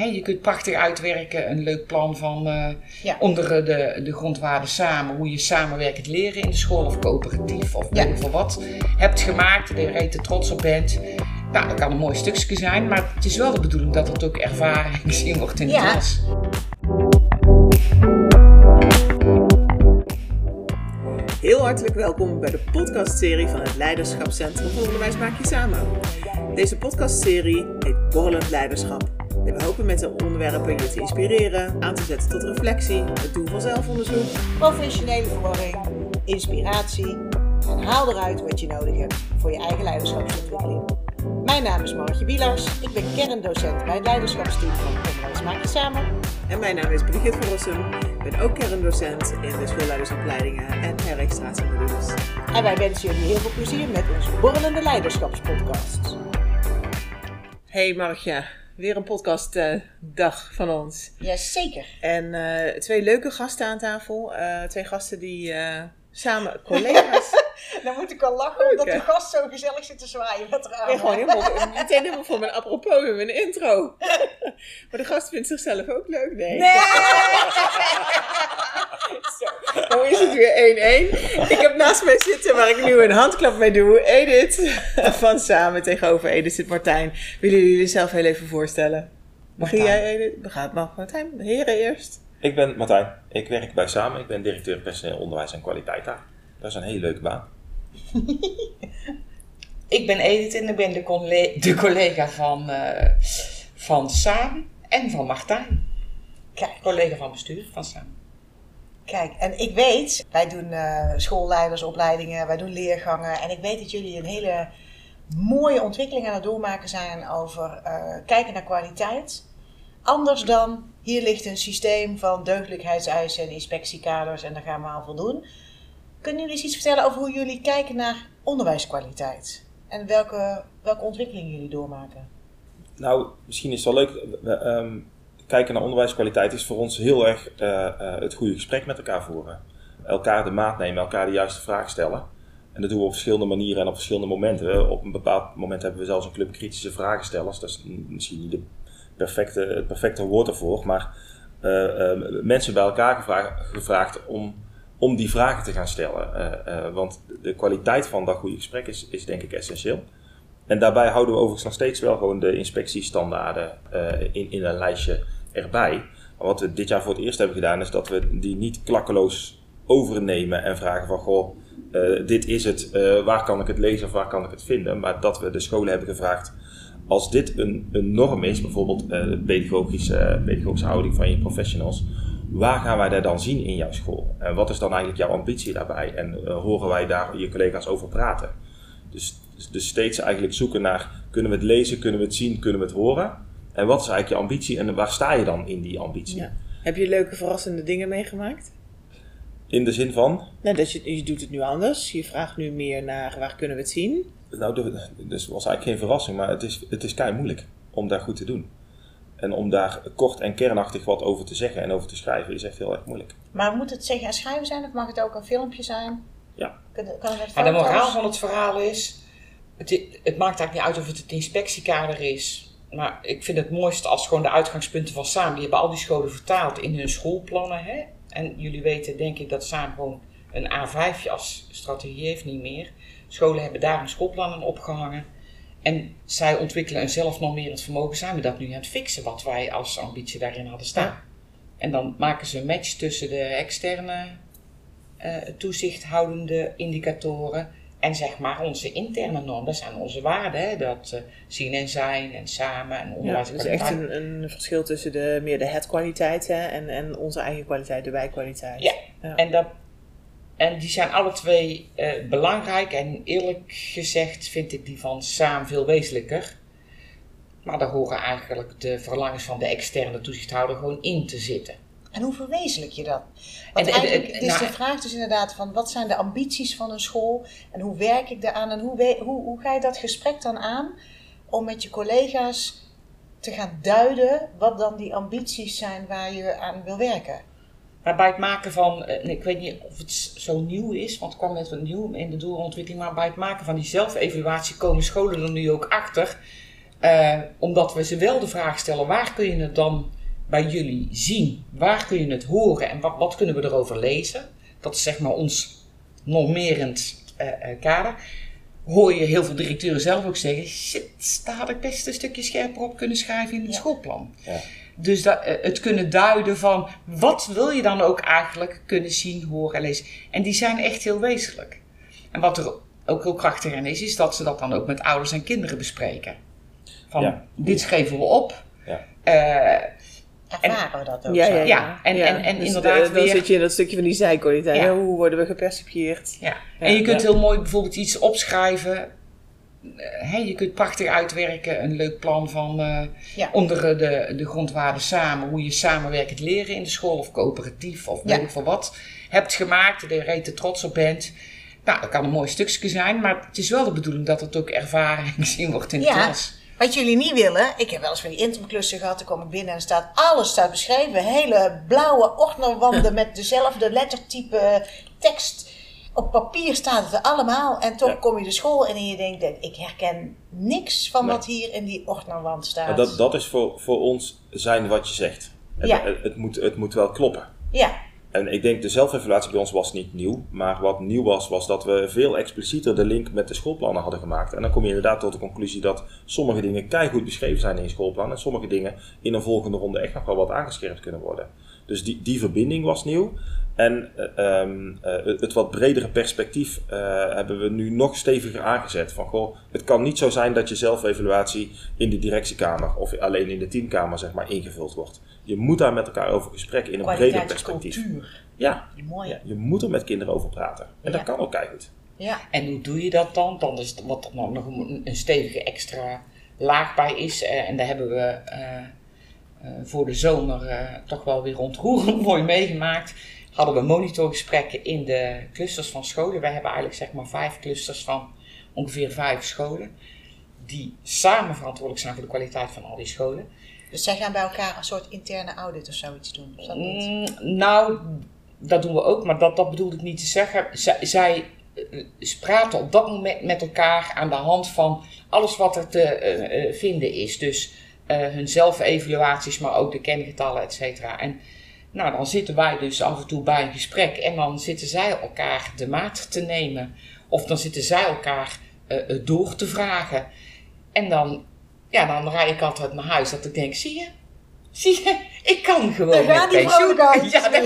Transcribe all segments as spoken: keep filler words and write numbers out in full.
He, je kunt prachtig uitwerken, een leuk plan van uh, ja. onder de, de grondwaarden samen, hoe je samenwerkend leren in de school of coöperatief of weet ik veel wat hebt gemaakt, dat je er rete trots op bent. Nou, dat kan een mooi stukje zijn, maar het is wel de bedoeling dat het ook ervaring gezien wordt in de ja. klas. Heel hartelijk welkom bij de podcastserie van het Leiderschapscentrum voor Onderwijs Maak Je Samen. Deze podcastserie heet Borrelend Leiderschap. En we hopen met de onderwerpen je te inspireren, aan te zetten tot reflectie, het doen van zelfonderzoek, professionele verwarring, inspiratie en haal eruit wat je nodig hebt voor je eigen leiderschapsontwikkeling. Mijn naam is Martje Wielars, ik ben kerndocent bij het leiderschapsteam van Onderwijs Maak Je Samen. En mijn naam is Brigitte van Rossum, ik ben ook kerndocent in de schoolleidersopleidingen en herregistratiemodules. En wij wensen jullie heel veel plezier met onze Borrelende Leiderschapspodcast. Hey Martje, weer een podcastdag uh, van ons. Jazeker. En uh, twee leuke gasten aan tafel, uh, twee gasten die uh, samen collega's... Dan moet ik al lachen omdat de gast zo gezellig zit te zwaaien met haar armen. Ja, gewoon helemaal, meteen helemaal voor mijn apropos in mijn intro. Maar de gast vindt zichzelf ook leuk, nee? Nee! Zo, dan is het weer één-één. Ik heb naast mij zitten waar ik nu een handklap mee doe. Edith van Samen, tegenover Edith zit Martijn. Willen jullie jullie zelf heel even voorstellen? Begin jij Edith? Begrijp maar Martijn, de heren eerst. Ik ben Martijn, ik werk bij Samen. Ik ben directeur personeel onderwijs en kwaliteit daar. Dat is een hele leuke baan. Ik ben Edith en ik ben de, colle- de collega van, uh, van Samen en van Martijn. Kijk. Collega van bestuur van Samen. Kijk, en ik weet, wij doen uh, schoolleidersopleidingen, wij doen leergangen. En ik weet dat jullie een hele mooie ontwikkeling aan het doormaken zijn over uh, kijken naar kwaliteit. Anders dan, hier ligt een systeem van deugdelijkheidseisen en inspectiekaders en daar gaan we aan voldoen. Kunnen jullie eens iets vertellen over hoe jullie kijken naar onderwijskwaliteit? En welke, welke ontwikkelingen jullie doormaken? Nou, misschien is het wel leuk. We, um, kijken naar onderwijskwaliteit is voor ons heel erg uh, uh, het goede gesprek met elkaar voeren. Elkaar de maat nemen, elkaar de juiste vraag stellen. En dat doen we op verschillende manieren en op verschillende momenten. Op een bepaald moment hebben we zelfs een club kritische vragenstellers. Dat is misschien niet de perfecte, het perfecte woord ervoor. Maar uh, uh, mensen bij elkaar gevraagd, gevraagd om... om die vragen te gaan stellen. Uh, uh, want de kwaliteit van dat goede gesprek is, is denk ik essentieel. En daarbij houden we overigens nog steeds wel gewoon de inspectiestandaarden uh, in, in een lijstje erbij. Maar wat we dit jaar voor het eerst hebben gedaan is dat we die niet klakkeloos overnemen en vragen van goh, uh, dit is het, uh, waar kan ik het lezen of waar kan ik het vinden. Maar dat we de scholen hebben gevraagd, als dit een, een norm is, bijvoorbeeld uh, de pedagogische, pedagogische houding van je professionals, waar gaan wij daar dan zien in jouw school? En wat is dan eigenlijk jouw ambitie daarbij? En uh, horen wij daar je collega's over praten? Dus, dus, dus steeds eigenlijk zoeken naar, kunnen we het lezen, kunnen we het zien, kunnen we het horen? En wat is eigenlijk je ambitie en waar sta je dan in die ambitie? Ja. Heb je leuke verrassende dingen meegemaakt? In de zin van? Nou, dat je, je doet het nu anders. Je vraagt nu meer naar waar kunnen we het zien? Nou, dus was eigenlijk geen verrassing, maar het is, het is kei moeilijk om daar goed te doen. En om daar kort en kernachtig wat over te zeggen en over te schrijven is echt heel erg moeilijk. Maar moet het zeggen en schrijven zijn of mag het ook een filmpje zijn? Ja. Kan, kan het maar de moraal van het verhaal is, het, het maakt eigenlijk niet uit of het het inspectiekader is. Maar ik vind het mooiste als gewoon de uitgangspunten van Samen, die hebben al die scholen vertaald in hun schoolplannen. Hè? En jullie weten denk ik dat Samen gewoon een A vijfje als strategie heeft, niet meer. Scholen hebben daar een schoolplan aan opgehangen. En zij ontwikkelen een zelfnormerend vermogen. Zijn we dat nu aan het fixen, wat wij als ambitie daarin hadden staan. Ja. En dan maken ze een match tussen de externe uh, toezichthoudende indicatoren en zeg maar onze interne norm. Dat zijn onze waarden, hè? Dat uh, zien en zijn en samen en onderwijs. Ja, dus echt een, een verschil tussen de, meer de het-kwaliteit hè? En, en onze eigen kwaliteit, de wij-kwaliteit. Ja, ja. En, dat, en die zijn alle twee uh, belangrijk en eerlijk gezegd vind ik die van Samen veel wezenlijker. Maar daar horen eigenlijk de verlangens van de externe toezichthouder gewoon in te zitten. En hoe verwezenlijk je dat? Want en, eigenlijk en, en, is nou, de vraag dus inderdaad van wat zijn de ambities van een school en hoe werk ik daaraan en hoe, we, hoe, hoe ga je dat gesprek dan aan om met je collega's te gaan duiden wat dan die ambities zijn waar je aan wil werken? Maar bij het maken van, ik weet niet of het zo nieuw is, want het kwam net wat nieuw in de doorontwikkeling, maar bij het maken van die zelfevaluatie komen scholen er nu ook achter Uh, omdat we ze wel de vraag stellen, waar kun je het dan bij jullie zien? Waar kun je het horen en wat, wat kunnen we erover lezen? Dat is zeg maar ons normerend uh, uh, kader. Hoor je heel veel directeuren zelf ook zeggen, shit, daar had ik best een stukje scherper op kunnen schrijven in het ja. schoolplan. Ja. Dus dat, uh, het kunnen duiden van, wat wil je dan ook eigenlijk kunnen zien, horen en lezen? En die zijn echt heel wezenlijk. En wat er ook heel krachtig aan is, is dat ze dat dan ook met ouders en kinderen bespreken. Van, ja. dit schreven we op. Ja. Uh, Ervaren we dat ook ja, zo? Ja, ja. ja. En, ja. en, en dus inderdaad de, dan weer... zit je in dat stukje van die zijkwaliteit. Ja. Ja, hoe worden we gepercipieerd? Ja. Ja. En je kunt ja. heel mooi bijvoorbeeld iets opschrijven. Hey, je kunt prachtig uitwerken, een leuk plan van uh, ja. onder de, de grondwaarden samen, hoe je samenwerkend leren in de school of coöperatief of weet ik veel wat hebt gemaakt, daar je rete trots op bent. Nou, dat kan een mooi stukje zijn, maar het is wel de bedoeling dat het ook ervaren gezien wordt in de ja. klas. Wat jullie niet willen, ik heb wel eens van die interimklussen gehad, dan kom ik binnen en er staat alles staat beschreven, hele blauwe ordnerwanden met dezelfde lettertype tekst. Op papier staat het er allemaal en toch ja. kom je de school in en je denkt, ik herken niks van nee. wat hier in die ordnerwand staat. Dat, dat is voor, voor ons zijn wat je zegt. Het, ja. het, het, moet, het moet wel kloppen. Ja. En ik denk de zelfevaluatie bij ons was niet nieuw. Maar wat nieuw was, was dat we veel explicieter de link met de schoolplannen hadden gemaakt. En dan kom je inderdaad tot de conclusie dat sommige dingen keigoed beschreven zijn in je schoolplan. En sommige dingen in een volgende ronde echt nog wel wat aangescherpt kunnen worden. Dus die, die verbinding was nieuw. En uh, um, uh, het wat bredere perspectief uh, hebben we nu nog steviger aangezet. Van goh, het kan niet zo zijn dat je zelfevaluatie in de directiekamer of alleen in de teamkamer zeg maar ingevuld wordt. Je moet daar met elkaar over gesprekken in een breder perspectief. Cultuur. Ja, mooi. Ja, je moet er met kinderen over praten. En ja. dat kan ook keihard. Ja. En hoe doe je dat dan? Dan is het, wat er nog een, een stevige extra laag bij is. Uh, en daar hebben we uh, uh, voor de zomer uh, toch wel weer ontroerend mooi meegemaakt. Hadden we monitorgesprekken in de clusters van scholen. Wij hebben eigenlijk zeg maar vijf clusters van ongeveer vijf scholen. Die samen verantwoordelijk zijn voor de kwaliteit van al die scholen. Dus zij gaan bij elkaar een soort interne audit of zoiets doen? Of dat niet? Mm, nou, dat doen we ook, maar dat, dat bedoelde ik niet te zeggen. Zij, zij uh, praten op dat moment met elkaar aan de hand van alles wat er te uh, uh, vinden is. Dus uh, hun zelfevaluaties, maar ook de kengetallen, et cetera. En nou, dan zitten wij dus af en toe bij een gesprek en dan zitten zij elkaar de maat te nemen. Of dan zitten zij elkaar uh, door te vragen. En dan, ja, dan rijd ik altijd naar huis dat ik denk, zie je? Zie je? Ik kan gewoon met pensioen. Ja, dat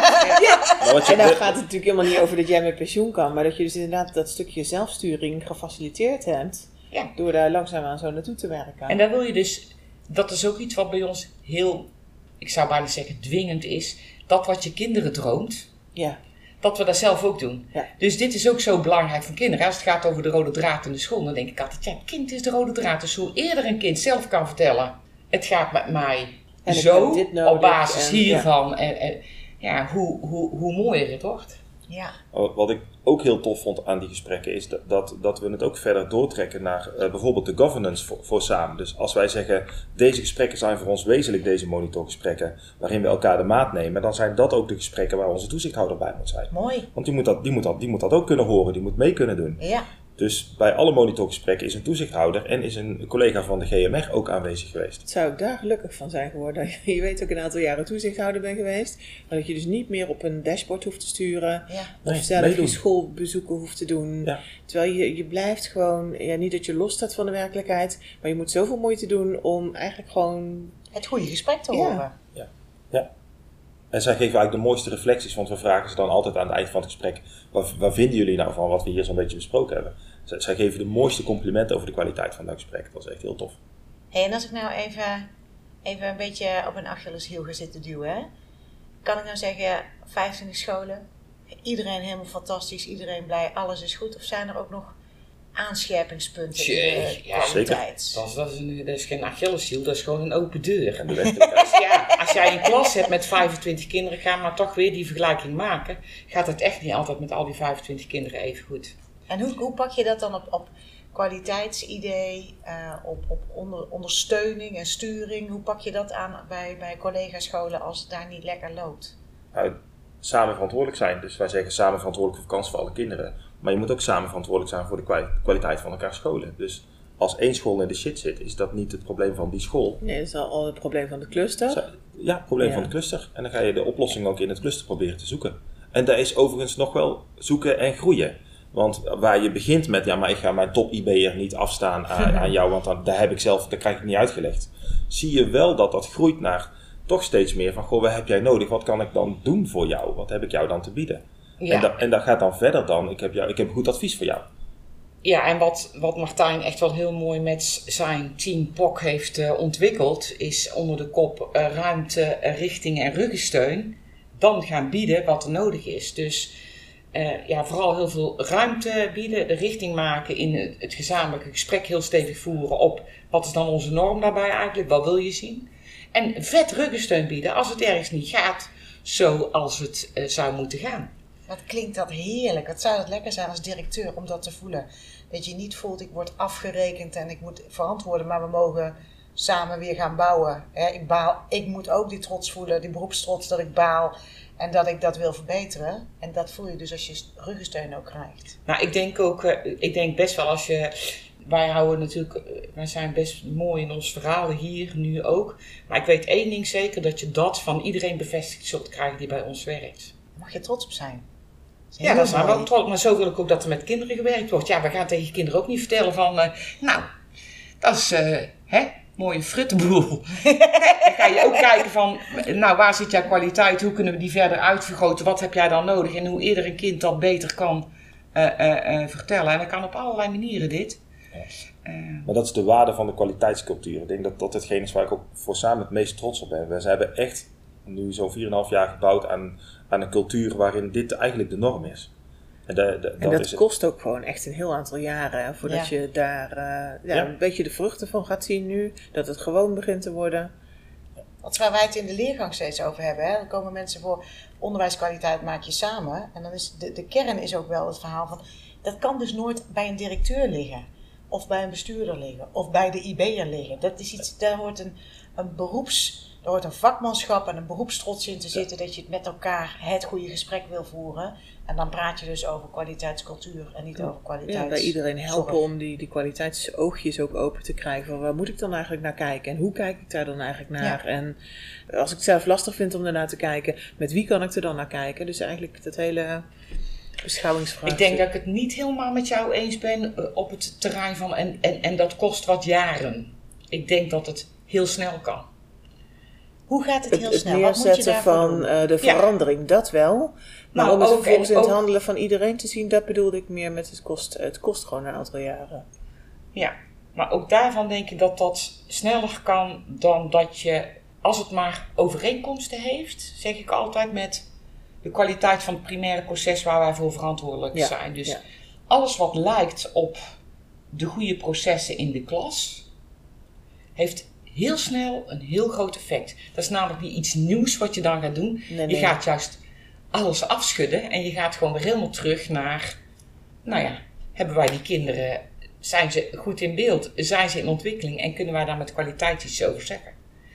ja. En dan gaat het natuurlijk helemaal niet over dat jij met pensioen kan, maar dat je dus inderdaad dat stukje zelfsturing gefaciliteerd hebt. Ja. Door daar langzaamaan zo naartoe te werken. En dan wil je dus, dat is ook iets wat bij ons heel, ik zou bijna zeggen dwingend is, dat wat je kinderen droomt, ja. dat we dat zelf ook doen. Ja. Dus dit is ook zo belangrijk voor kinderen. Als het gaat over de rode draad in de school, dan denk ik altijd, ja, het kind is de rode draad. Dus hoe eerder een kind zelf kan vertellen, het gaat met mij en zo, dit nodig, op basis en, hiervan, ja. En, en, ja, hoe, hoe, hoe mooier het wordt. Ja. Wat ik ook heel tof vond aan die gesprekken is dat, dat, dat we het ook verder doortrekken naar uh, bijvoorbeeld de governance voor, voor samen. Dus als wij zeggen, deze gesprekken zijn voor ons wezenlijk, deze monitorgesprekken, waarin we elkaar de maat nemen, dan zijn dat ook de gesprekken waar onze toezichthouder bij moet zijn. Mooi. Want die moet dat, die moet dat, die moet dat ook kunnen horen, die moet mee kunnen doen. Ja. Dus bij alle monitorgesprekken is een toezichthouder en is een collega van de G M R ook aanwezig geweest. Het zou ik daar gelukkig van zijn geworden. Je weet ook een aantal jaren toezichthouder ben geweest. Maar dat je dus niet meer op een dashboard hoeft te sturen. Ja. Of nee, zelf meedoen. Je schoolbezoeken hoeft te doen. Ja. Terwijl je, je blijft gewoon, ja, niet dat je los staat van de werkelijkheid. Maar je moet zoveel moeite doen om eigenlijk gewoon het goede gesprek te ja. horen. Ja. Ja. En zij geven eigenlijk de mooiste reflecties, want we vragen ze dan altijd aan het eind van het gesprek, wat, wat vinden jullie nou van wat we hier zo'n beetje besproken hebben? Zij, zij geven de mooiste complimenten over de kwaliteit van dat gesprek. Dat is echt heel tof. Hey, en als ik nou even, even een beetje op een Achilleshiel ga zitten duwen, hè? Kan ik nou zeggen, vijfentwintig scholen, iedereen helemaal fantastisch, iedereen blij, alles is goed? Of zijn er ook nog aanscherpingspunten Jee, in de ja, kwaliteit? Dat is, dat, is een, dat is geen Achilleshiel, dat is gewoon een open deur. En de dus ja, als jij een klas hebt met vijfentwintig kinderen, gaan maar toch weer die vergelijking maken, gaat het echt niet altijd met al die vijfentwintig kinderen even goed. En hoe, hoe pak je dat dan op, op kwaliteitsidee, uh, op, op onder, ondersteuning en sturing? Hoe pak je dat aan bij, bij collega-scholen als het daar niet lekker loopt? Nou, samen verantwoordelijk zijn. Dus wij zeggen samen verantwoordelijk voor vakantie voor alle kinderen. Maar je moet ook samen verantwoordelijk zijn voor de kwaliteit van elkaar scholen. Dus als één school in de shit zit, is dat niet het probleem van die school. Nee, dat is al het probleem van de cluster. Ja, het probleem ja. van de cluster. En dan ga je de oplossing ook in het cluster proberen te zoeken. En daar is overigens nog wel zoeken en groeien. Want waar je begint met, ja, maar ik ga mijn top-I B'er niet afstaan aan, aan jou, want dan, daar heb ik zelf, daar krijg ik niet uitgelegd. Zie je wel dat dat groeit naar toch steeds meer van, goh, wat heb jij nodig? Wat kan ik dan doen voor jou? Wat heb ik jou dan te bieden? Ja. En, da, en dat gaat dan verder dan, ik heb, jou, ik heb goed advies voor jou. Ja, en wat, wat Martijn echt wel heel mooi met zijn team P O C heeft uh, ontwikkeld, is onder de kop uh, ruimte, uh, richting en ruggensteun, dan gaan bieden wat er nodig is. Dus uh, ja, vooral heel veel ruimte bieden, de richting maken in het, het gezamenlijke gesprek heel stevig voeren op wat is dan onze norm daarbij eigenlijk, wat wil je zien. En vet ruggensteun bieden als het ergens niet gaat zoals het uh, zou moeten gaan. Wat klinkt dat heerlijk. Wat zou dat lekker zijn als directeur om dat te voelen. Dat je niet voelt, ik word afgerekend en ik moet verantwoorden, maar we mogen samen weer gaan bouwen. Ik baal, ik moet ook die trots voelen, die beroepstrots dat ik baal en dat ik dat wil verbeteren. En dat voel je dus als je ruggensteun ook krijgt. Nou, ik denk ook, ik denk best wel als je, wij houden natuurlijk, wij zijn best mooi in ons verhalen hier, nu ook. Maar ik weet één ding zeker, dat je dat van iedereen bevestigd zult krijgen die bij ons werkt. Daar mag je trots op zijn. Dat ja, dat is wel trots. Maar zo wil ik ook dat er met kinderen gewerkt wordt. Ja, we gaan tegen kinderen ook niet vertellen van, uh, nou, dat is, uh, hè, mooie fruttenboel. Dan ga je ook kijken van, nou, waar zit jouw kwaliteit? Hoe kunnen we die verder uitvergroten? Wat heb jij dan nodig? En hoe eerder een kind dat beter kan uh, uh, uh, vertellen. En dat kan op allerlei manieren dit. Ja. Uh, maar dat is de waarde van de kwaliteitscultuur. Ik denk dat dat hetgeen is waar ik ook voor samen het meest trots op ben. We hebben echt nu zo'n vier komma vijf jaar gebouwd aan, aan een cultuur waarin dit eigenlijk de norm is. En, de, de, en dat, dat is kost ook gewoon echt een heel aantal jaren, hè, voordat ja. je daar uh, ja, ja. een beetje de vruchten van gaat zien nu. Dat het gewoon begint te worden. Wat waar wij het in de leergang steeds over hebben. Hè? Dan komen mensen voor onderwijskwaliteit maak je samen. En dan is de, de kern is ook wel het verhaal van, dat kan dus nooit bij een directeur liggen. Of bij een bestuurder liggen. Of bij de I B'er liggen. Dat is iets, daar hoort een, een beroeps... Er hoort een vakmanschap en een beroepstrots in te zitten, dat je het met elkaar het goede gesprek wil voeren. En dan praat je dus over kwaliteitscultuur en niet ja. over kwaliteits... Ja, bij iedereen helpen om die, die kwaliteitsoogjes ook open te krijgen. Van waar moet ik dan eigenlijk naar kijken? En hoe kijk ik daar dan eigenlijk naar? Ja. En als ik het zelf lastig vind om ernaar te kijken, met wie kan ik er dan naar kijken? Dus eigenlijk dat hele beschouwingsvraag. Ik denk dat ik het niet helemaal met jou eens ben op het terrein van en, en, en dat kost wat jaren. Ik denk dat het heel snel kan. Hoe gaat het heel het, snel? Het neerzetten van uh, de verandering, ja. dat wel. Maar nou, om het ook, vervolgens in het ook, handelen van iedereen te zien, dat bedoelde ik meer met het kost. Het kost gewoon een aantal jaren. Ja, maar ook daarvan denk ik dat dat sneller kan dan dat je, als het maar overeenkomsten heeft, zeg ik altijd, met de kwaliteit van het primaire proces waar wij voor verantwoordelijk ja. zijn. Dus ja. alles wat lijkt op de goede processen in de klas, heeft heel snel een heel groot effect. Dat is namelijk niet iets nieuws wat je dan gaat doen. Nee, nee. Je gaat juist alles afschudden en je gaat gewoon weer helemaal terug naar, nou ja, hebben wij die kinderen, zijn ze goed in beeld, zijn ze in ontwikkeling en kunnen wij daar met kwaliteit iets over zeggen.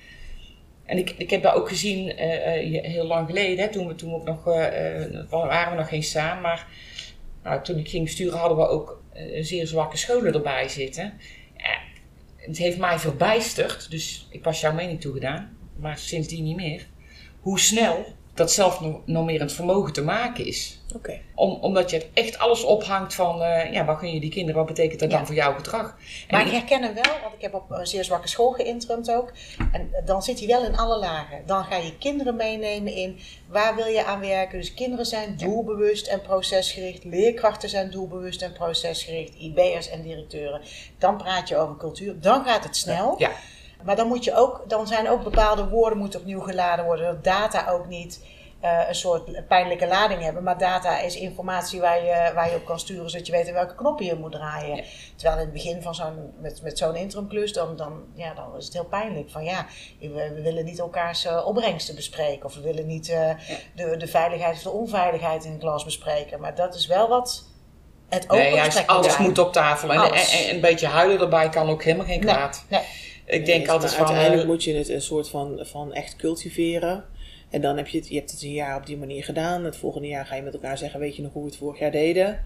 En ik, ik heb dat ook gezien uh, heel lang geleden, hè, toen we toen ook nog, uh, waren we nog geen samen, maar nou, toen ik ging besturen hadden we ook uh, zeer zwakke scholen erbij zitten. Ja, het heeft mij verbijsterd, dus ik was jouw mening toegedaan, maar sindsdien niet meer, hoe snel dat zelfnormerend vermogen te maken is. Okay. Om, omdat je het echt alles ophangt van, uh, ja, wat gun je die kinderen, wat betekent dat ja. dan voor jouw gedrag? Maar en ik herken hem wel, want ik heb op een zeer zwakke school geïnterumd ook. En dan zit hij wel in alle lagen. Dan ga je kinderen meenemen in, waar wil je aan werken? Dus kinderen zijn doelbewust en procesgericht. Leerkrachten zijn doelbewust en procesgericht. I B'ers en directeuren. Dan praat je over cultuur. Dan gaat het snel. Ja. Maar dan, moet je ook, dan zijn ook bepaalde woorden moeten opnieuw geladen worden. Dat data ook niet uh, een soort pijnlijke lading hebben. Maar data is informatie waar je, waar je op kan sturen, zodat je weet welke knoppen je moet draaien. Ja. Terwijl in het begin van zo'n, met, met zo'n interimklus, dan, dan, ja, dan is het heel pijnlijk. Van ja, we, we willen niet elkaars uh, opbrengsten bespreken. Of we willen niet uh, ja. de, de veiligheid of de onveiligheid in de klas bespreken. Maar dat is wel wat het open nee, juist, alles zijn. Moet op tafel. En, en, en een beetje huilen erbij kan ook helemaal geen kwaad. Nee, nee. Ik denk nee, altijd van... Uiteindelijk moet je het een soort van, van echt cultiveren. En dan heb je het, je hebt het een jaar op die manier gedaan. Het volgende jaar ga je met elkaar zeggen, weet je nog hoe we het vorig jaar deden?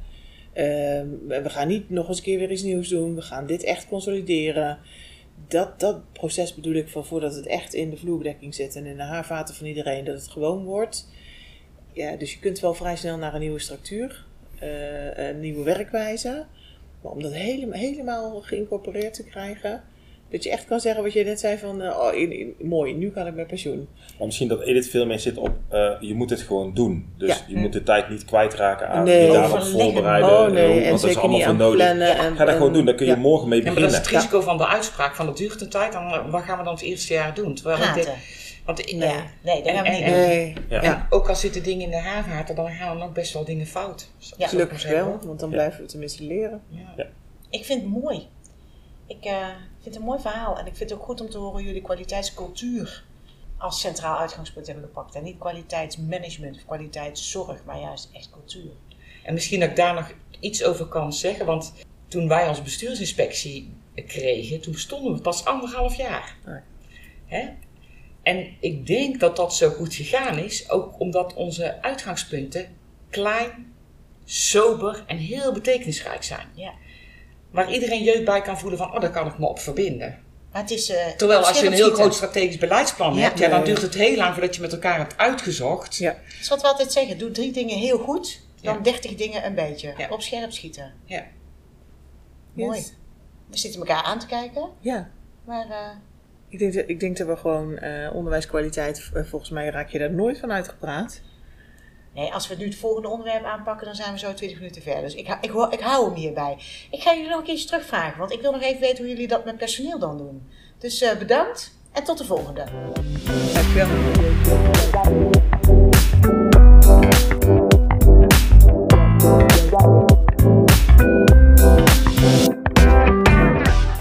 Uh, we gaan niet nog eens een keer weer iets nieuws doen. We gaan dit echt consolideren. Dat, dat proces bedoel ik van voordat het echt in de vloerbedekking zit en in de haarvaten van iedereen, dat het gewoon wordt. Ja, dus je kunt wel vrij snel naar een nieuwe structuur, uh, een nieuwe werkwijze. Maar om dat helemaal, helemaal geïncorporeerd te krijgen, dat je echt kan zeggen wat je net zei van, uh, oh, in, in, mooi, nu kan ik met pensioen. Maar misschien dat Edith veel meer zit op, uh, je moet het gewoon doen. Dus ja. je moet de tijd niet kwijtraken aan nee. je daarop voorbereiden. Oh nee, want en dat is zeker allemaal niet voor aan nodig. plannen. En, Ga dat gewoon doen, daar kun je ja. morgen mee Ja, maar beginnen. dat is het risico van de uitspraak, van dat duurt een tijd, dan wat gaan we dan het eerste jaar doen? Terwijl ik denk, want, nee, nee, nee, dat gaan we niet en, doen. Nee. Ja. En ook al zitten dingen in de haarvaten, dan gaan er nog best wel dingen fout. Ja, gelukkig wel, want dan ja. blijven we tenminste leren. Ja. Ja. Ik vind het mooi. Ik uh, vind het een mooi verhaal en ik vind het ook goed om te horen jullie kwaliteitscultuur als centraal uitgangspunt hebben gepakt. En niet kwaliteitsmanagement of kwaliteitszorg, maar juist echt cultuur. En misschien dat ik daar nog iets over kan zeggen, want toen wij als bestuursinspectie kregen, toen stonden we pas anderhalf jaar. Nee. Hè? En ik denk dat dat zo goed gegaan is, ook omdat onze uitgangspunten klein, sober en heel betekenisrijk zijn. Ja. Waar iedereen jeuk bij kan voelen van, oh, daar kan ik me op verbinden. Maar het is, uh, Terwijl als je een heel schieten. groot strategisch beleidsplan Ja. hebt, ja, dan Nee. duurt het heel lang voordat je met elkaar hebt uitgezocht. Ja. Dat is wat we altijd zeggen, doe drie dingen heel goed, dan Ja. dertig dingen een beetje. Ja. Op scherp schieten. Ja. Mooi. Yes. We zitten elkaar aan te kijken, Ja. maar uh, Ik denk, dat, ik denk dat we gewoon uh, onderwijskwaliteit, uh, volgens mij raak je daar nooit van uitgepraat. nee, als we nu het volgende onderwerp aanpakken, dan zijn we zo twintig minuten verder. Dus ik, ik, ik, ik hou hem hierbij. Ik ga jullie nog een keertje terugvragen, want ik wil nog even weten hoe jullie dat met personeel dan doen. Dus uh, bedankt en tot de volgende. Dankjewel.